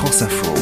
France Info.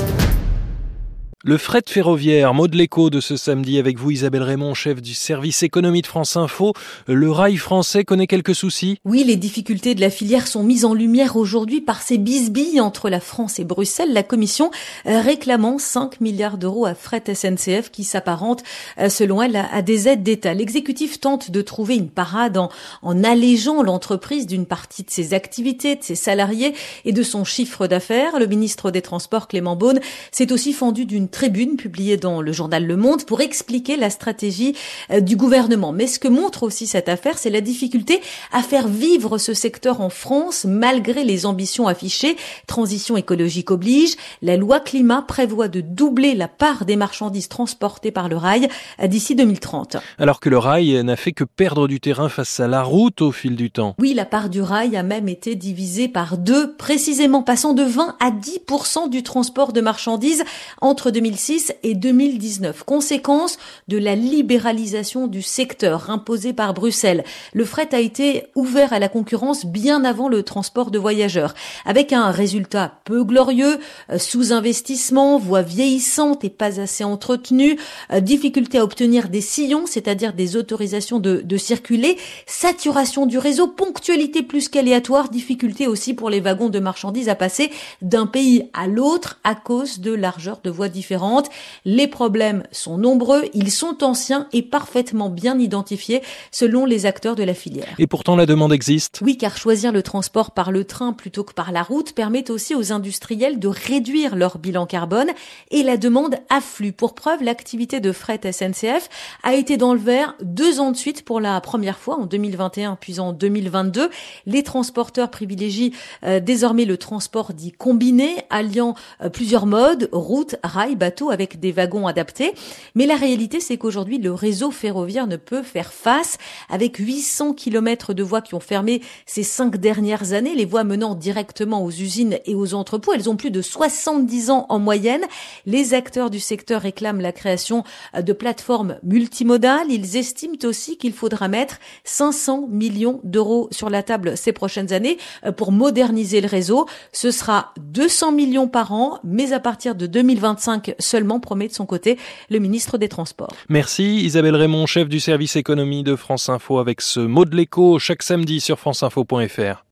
Le fret ferroviaire, mot de l'écho de ce samedi avec vous Isabelle Raymond, chef du service économie de France Info. Le rail français connaît quelques soucis. Oui, les difficultés de la filière sont mises en lumière aujourd'hui par ces bisbilles entre la France et Bruxelles. La Commission réclamant 5 milliards d'euros à Fret SNCF qui s'apparente, selon elle, à des aides d'État. L'exécutif tente de trouver une parade en allégeant l'entreprise d'une partie de ses activités, de ses salariés et de son chiffre d'affaires. Le ministre des Transports, Clément Beaune, s'est aussi fendu d'une tribune publiée dans le journal Le Monde pour expliquer la stratégie du gouvernement. Mais ce que montre aussi cette affaire, c'est la difficulté à faire vivre ce secteur en France malgré les ambitions affichées. Transition écologique oblige. La loi climat prévoit de doubler la part des marchandises transportées par le rail d'ici 2030. Alors que le rail n'a fait que perdre du terrain face à la route au fil du temps. Oui, la part du rail a même été divisée par 2, précisément passant de 20 à 10% du transport de marchandises entre 2006 et 2019. Conséquence de la libéralisation du secteur imposée par Bruxelles. Le fret a été ouvert à la concurrence bien avant le transport de voyageurs, avec un résultat peu glorieux, sous-investissement, voies vieillissantes et pas assez entretenues, difficulté à obtenir des sillons, c'est-à-dire des autorisations de circuler, saturation du réseau, ponctualité plus qu'aléatoire, difficulté aussi pour les wagons de marchandises à passer d'un pays à l'autre à cause de largeur de voies différentes. Les problèmes sont nombreux, ils sont anciens et parfaitement bien identifiés selon les acteurs de la filière. Et pourtant la demande existe. Oui, car choisir le transport par le train plutôt que par la route permet aussi aux industriels de réduire leur bilan carbone et la demande afflue. Pour preuve, l'activité de fret SNCF a été dans le vert 2 ans de suite pour la première fois en 2021 puis en 2022. Les transporteurs privilégient désormais le transport dit combiné, alliant plusieurs modes, route, rail, bateau avec des wagons adaptés. Mais la réalité, c'est qu'aujourd'hui, le réseau ferroviaire ne peut faire face. Avec 800 km de voies qui ont fermé ces 5 dernières années, les voies menant directement aux usines et aux entrepôts, elles ont plus de 70 ans en moyenne. Les acteurs du secteur réclament la création de plateformes multimodales. Ils estiment aussi qu'il faudra mettre 500 millions d'euros sur la table ces prochaines années pour moderniser le réseau. Ce sera 200 millions par an, mais à partir de 2025 seulement, promet de son côté le ministre des Transports. Merci Isabelle Raymond, chef du service économie de France Info avec ce mot de l'écho chaque samedi sur franceinfo.fr.